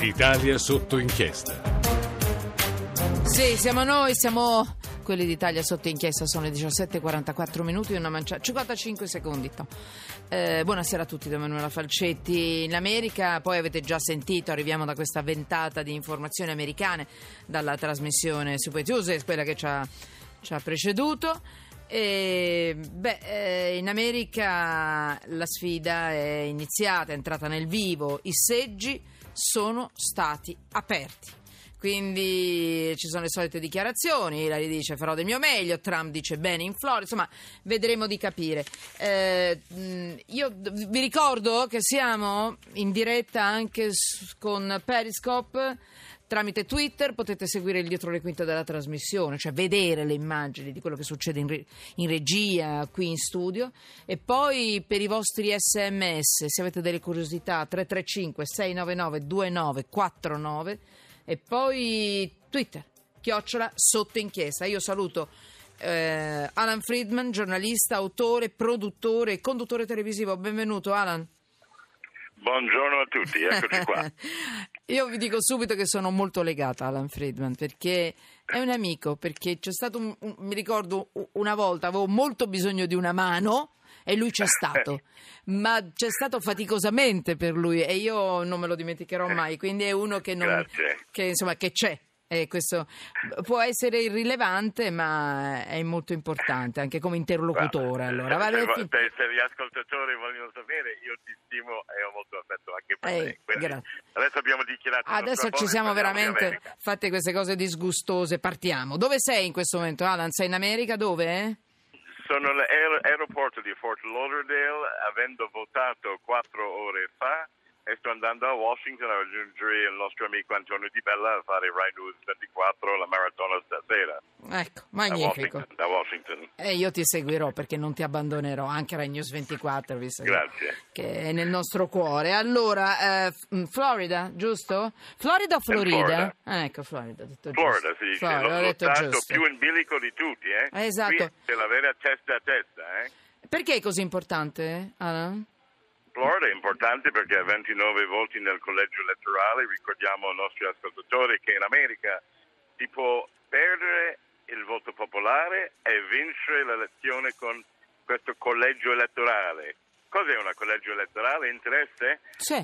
L'Italia sotto inchiesta. Sì, siamo noi, siamo quelli d'Italia sotto inchiesta. Sono le 17:44 minuti e una manciata 55 secondi. Buonasera a tutti da Emanuela Falcetti. In America, poi avete già sentito, arriviamo da questa ventata di informazioni americane dalla trasmissione Super Tuesday, quella che ci ha preceduto. In America la sfida è iniziata, è entrata nel vivo, i seggi sono stati aperti. Quindi ci sono le solite dichiarazioni, Hillary dice farò del mio meglio, Trump dice bene in Florida, insomma vedremo di capire. Io vi ricordo che siamo in diretta anche con Periscope tramite Twitter, potete seguire il dietro le quinte della trasmissione, cioè vedere le immagini di quello che succede in regia, qui in studio, e poi per i vostri SMS, se avete delle curiosità, 335 699 2949, e poi Twitter, @ @sottoinchiesta. Io saluto Alan Friedman, giornalista, autore, produttore e conduttore televisivo. Benvenuto Alan. Buongiorno a tutti, eccoci qua. Io vi dico subito che sono molto legata a Alan Friedman perché è un amico, perché c'è stato mi ricordo una volta avevo molto bisogno di una mano e lui c'è stato, ma c'è stato faticosamente per lui e io non me lo dimenticherò mai, quindi è uno che che c'è. E questo può essere irrilevante, ma è molto importante anche come interlocutore. Allora, se gli ascoltatori vogliono sapere, io ti stimo e ho molto affetto anche per me. Adesso abbiamo dichiarato. Adesso ci siamo veramente fatte queste cose disgustose. Partiamo. Dove sei in questo momento, Alan? Sei in America? Dove? Sono all'aeroporto di Fort Lauderdale, avendo votato 4 ore fa. E sto andando a Washington a raggiungere il nostro amico Antonio Di Bella a fare Rai News 24, la maratona stasera. Ecco, magnifico. Da Washington. E io ti seguirò perché non ti abbandonerò, anche Rai News 24, visto che è nel nostro cuore. Allora, Florida, giusto? Florida o Florida? Ecco, Florida, ho detto Florida, giusto. sì, Florida, lo stato più in bilico di tutti, Esatto. Qui c'è la vera testa a testa, Perché è così importante, Alan? Florida è importante perché ha 29 voti nel collegio elettorale. Ricordiamo ai nostri ascoltatori che in America si può perdere il voto popolare e vincere l'elezione con questo collegio elettorale. Cos'è un collegio elettorale? Interesse? Sì.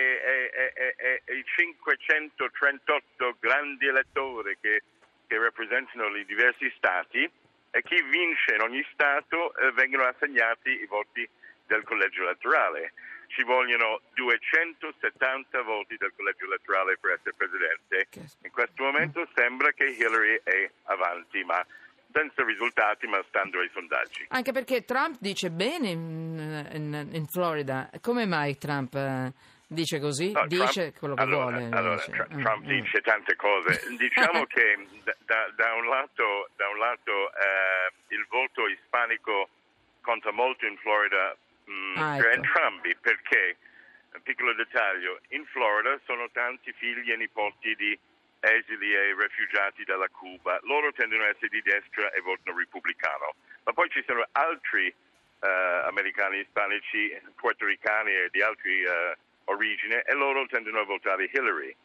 I 538 grandi elettori che rappresentano i diversi stati, e chi vince in ogni stato vengono assegnati i voti del collegio elettorale. Ci vogliono 270 voti del collegio elettorale per essere presidente. In questo momento sembra che Hillary è avanti, ma senza risultati, ma stando ai sondaggi. Anche perché Trump dice bene in Florida. Come mai Trump dice così? No, dice quello che vuole. Trump dice tante cose. Diciamo che da un lato il voto ispanico conta molto in Florida. Per entrambi, perché, un piccolo dettaglio, in Florida sono tanti figli e nipoti di esili e rifugiati dalla Cuba. Loro tendono a essere di destra e votano repubblicano, ma poi ci sono altri americani ispanici, portoricani e di altre origini, e loro tendono a votare Hillary.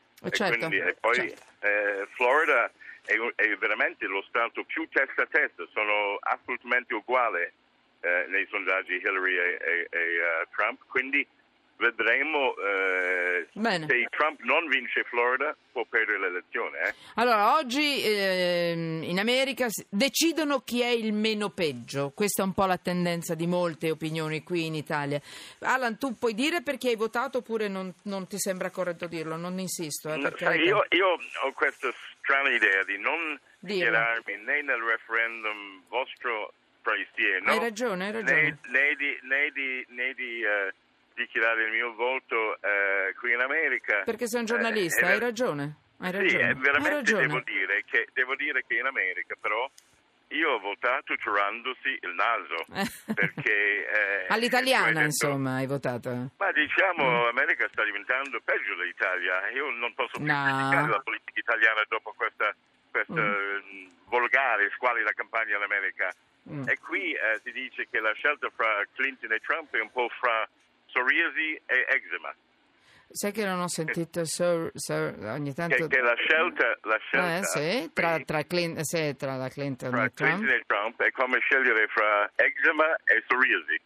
Florida è veramente lo stato più testa a testa, sono assolutamente uguali nei sondaggi Hillary e Trump, quindi vedremo se Trump non vince Florida può perdere l'elezione. Allora, oggi in America decidono chi è il meno peggio. Questa è un po' la tendenza di molte opinioni qui in Italia. Alan, tu puoi dire perché hai votato oppure non ti sembra corretto dirlo? Non insisto. Io ho questa strana idea di non schierarmi né nel referendum vostro. Hai ragione. Né di dichiarare il mio voto qui in America. Perché sei un giornalista, hai ragione. Sì, veramente devo dire che in America però io ho votato tirandosi il naso. Perché all'italiana, insomma, hai votato. Ma diciamo, America sta diventando peggio dell'Italia. Io non posso più criticare la politica italiana dopo questa volgare, squalida campagna in America. E qui si dice che la scelta fra Clinton e Trump è un po' fra psoriasi e eczema. Sai che non ho sentito ogni tanto... Che la scelta sì, tra la Clinton e Trump. Clinton e Trump è come scegliere fra eczema e psoriasi.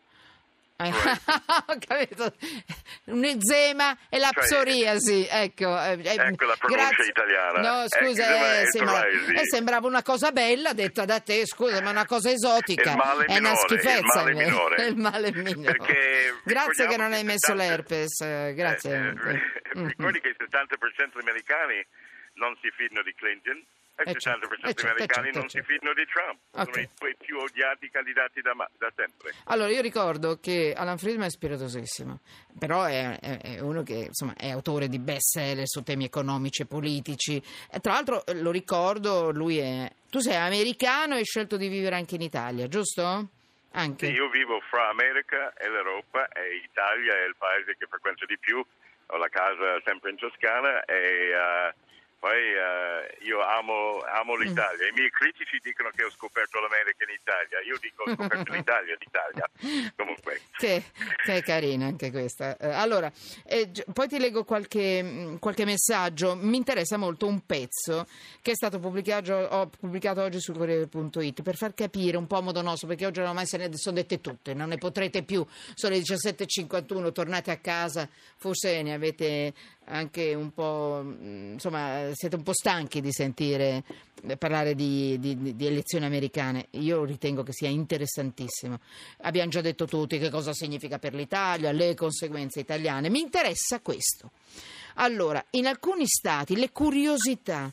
Ho capito, un eczema e la psoriasi, ecco la pronuncia italiana. No, scusa, sembrava una cosa bella detta da te, scusa, ma una cosa esotica. Il male è una schifezza. Il male minore. Perché grazie che non hai messo l'herpes, grazie. Ricordi che il 70% degli americani non si fidano di Clinton. E il 60% degli americani non si fidano di Trump. Sono i due più odiati candidati da sempre. Allora, io ricordo che Alan Friedman è spiritosissimo, però è uno che insomma è autore di bestseller su temi economici e politici. E, tra l'altro, lo ricordo, tu sei americano e hai scelto di vivere anche in Italia, giusto? Anche. Sì, io vivo fra America e l'Europa, e Italia è il paese che frequento di più. Ho la casa sempre in Toscana e... Poi io amo l'Italia. I miei critici dicono che ho scoperto l'America in Italia. Io dico ho scoperto l'Italia. Comunque. Che è carina anche questa. Allora, poi ti leggo qualche messaggio. Mi interessa molto un pezzo che è stato ho pubblicato oggi sul Corriere.it per far capire un po' a modo nostro, perché oggi ormai se ne sono dette tutte, non ne potrete più. Sono le 17:51, tornate a casa, forse ne avete anche un po', insomma, siete un po' stanchi di sentire parlare di elezioni americane. Io ritengo che sia interessantissimo. Abbiamo già detto tutti che cosa significa per l'Italia, le conseguenze italiane. Mi interessa questo. Allora, in alcuni stati le curiosità,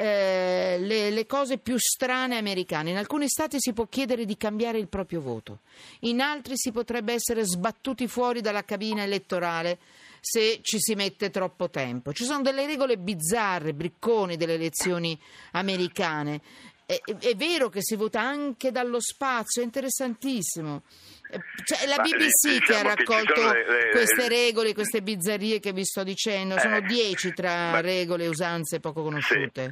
le cose più strane americane, in alcuni stati si può chiedere di cambiare il proprio voto, in altri si potrebbe essere sbattuti fuori dalla cabina elettorale se ci si mette troppo tempo. Ci sono delle regole bizzarre, bricconi delle elezioni americane. È vero che si vota anche dallo spazio, è interessantissimo. C'è la BBC che ha raccolto queste regole, queste bizzarrie che vi sto dicendo. Sono 10 tra regole e usanze poco conosciute.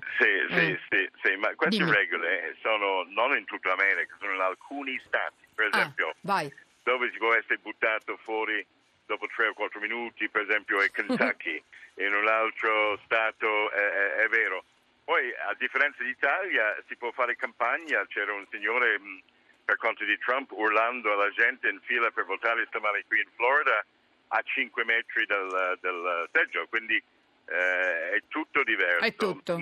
Sì, ma queste regole sono non in tutta America, sono in alcuni stati. Per esempio, dove si può essere buttato fuori dopo 3 o 4 minuti, per esempio è Kentucky. In un altro stato è vero. Poi, a differenza d'Italia, si può fare campagna. C'era un signore per conto di Trump urlando alla gente in fila per votare stamani qui in Florida a 5 metri dal seggio, quindi è tutto diverso. È tutto.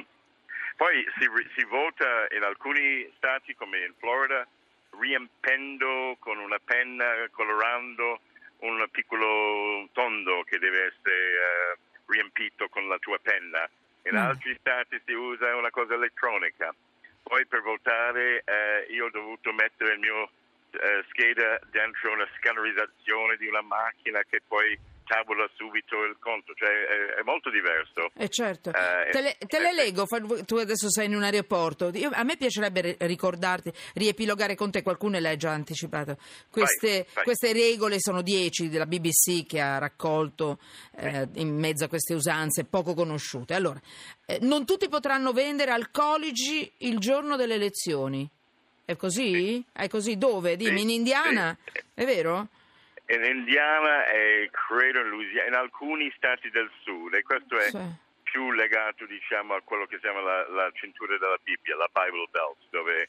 Poi si vota in alcuni stati, come in Florida, riempendo con una penna, colorando un piccolo tondo che deve essere riempito con la tua penna. In altri stati si usa una cosa elettronica. Poi per votare io ho dovuto mettere il mio scheda dentro una scannerizzazione di una macchina che poi tabola subito il conto, cioè è molto diverso. Certo. Te le leggo, tu adesso sei in un aeroporto. A me piacerebbe ricordarti, riepilogare con te, qualcuno l'hai già anticipato. Queste regole sono 10 della BBC che ha raccolto in mezzo a queste usanze poco conosciute. Allora, non tutti potranno vendere alcolici il giorno delle elezioni. È così? È così? Dove? Dimmi, in Indiana? È vero? In Indiana e credo in Louisiana, in alcuni stati del sud, e questo è più legato, diciamo, a quello che si chiama la cintura della Bibbia, la Bible Belt, dove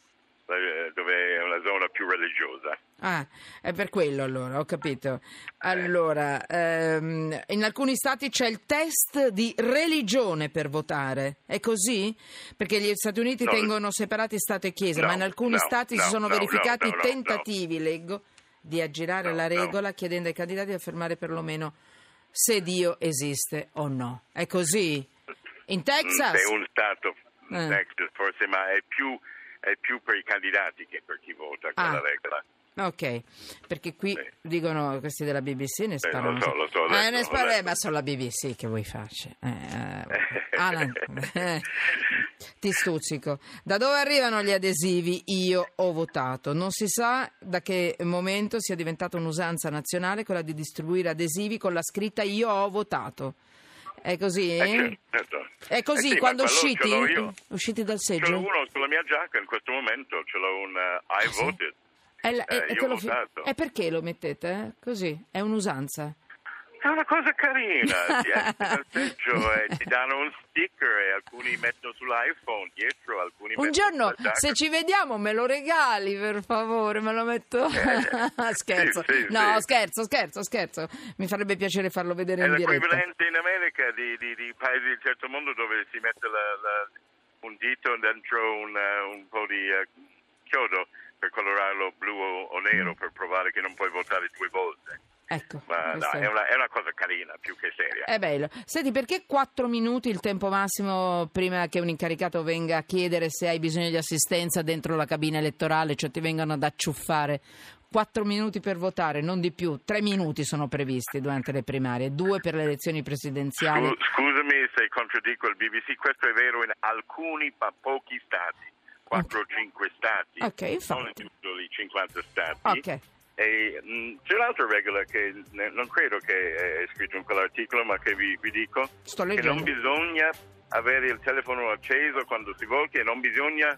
è una zona più religiosa. È per quello allora, ho capito. Allora, in alcuni stati c'è il test di religione per votare, è così? Perché gli Stati Uniti tengono separati Stato e Chiesa, ma in alcuni stati si sono verificati tentativi, leggo, di aggirare la regola chiedendo ai candidati di affermare perlomeno se Dio esiste o no. È così? In Texas? È un stato, Texas forse, ma è più per i candidati che per chi vota quella regola. Ok, perché qui dicono questi della BBC ne sparano. Lo so. Ma sono la BBC, che vuoi farci? Alan, ti stuzzico. Da dove arrivano gli adesivi "Io ho votato"? Non si sa da che momento sia diventata un'usanza nazionale quella di distribuire adesivi con la scritta "Io ho votato". È così? Certo. È così, quando usciti dal seggio? Ce l'ho uno sulla mia giacca, in questo momento ce l'ho un I voted. Io ho votato. E perché lo mettete? Così, è un'usanza. È una cosa carina, nel seggio ti danno un sticker e alcuni mettono sull'iPhone dietro, alcuni un giorno se ci vediamo me lo regali per favore, me lo metto. Scherzo, sì, no, sì. scherzo, mi farebbe piacere farlo vedere in diretta. È l'equivalente in America di paesi di un certo mondo dove si mette un dito dentro un po' di chiodo per colorarlo blu o nero per provare che non puoi votare 2 volte. Ecco, ma no, è una cosa carina più che seria. È bello. Senti, perché 4 minuti il tempo massimo prima che un incaricato venga a chiedere se hai bisogno di assistenza dentro la cabina elettorale, cioè ti vengano ad acciuffare? 4 minuti per votare, non di più. 3 minuti sono previsti durante le primarie, 2 per le elezioni presidenziali. Scusami se contraddico il BBC, questo è vero in alcuni pochi stati, 4 o 5 stati, non in tutti i 50 stati. Ok. E c'è un'altra regola che non credo che è scritto in quell'articolo, ma che vi dico, che non bisogna avere il telefono acceso quando si vota e non bisogna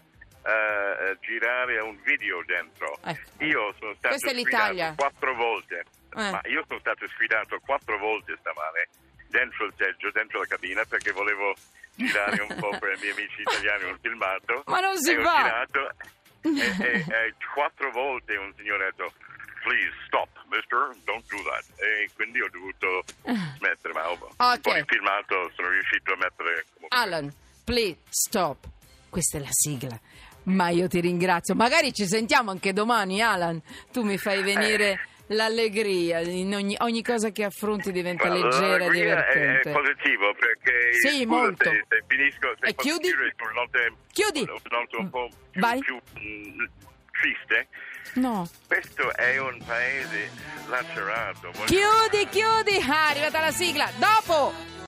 girare un video dentro. Io sono stato sfidato 4 volte, ma io sono stato sfidato 4 volte stamane dentro il seggio, dentro la cabina, perché volevo girare un po' per i miei amici italiani un filmato. Ma non si fa! E 4 volte un signore ha detto "Please stop, mister, don't do that". E quindi ho dovuto smettere, ma un po' di filmato sono riuscito a mettere comunque. Alan, please stop. Questa è la sigla. Ma io ti ringrazio. Magari ci sentiamo anche domani, Alan. Tu mi fai venire l'allegria. In ogni cosa che affronti diventa leggera e divertente. È positivo perché sì, molto. Se finisco, se chiudi. Chiudi. Un po' più triste. No. Questo è un paese lacerato. Chiudi. È arrivata la sigla. Dopo.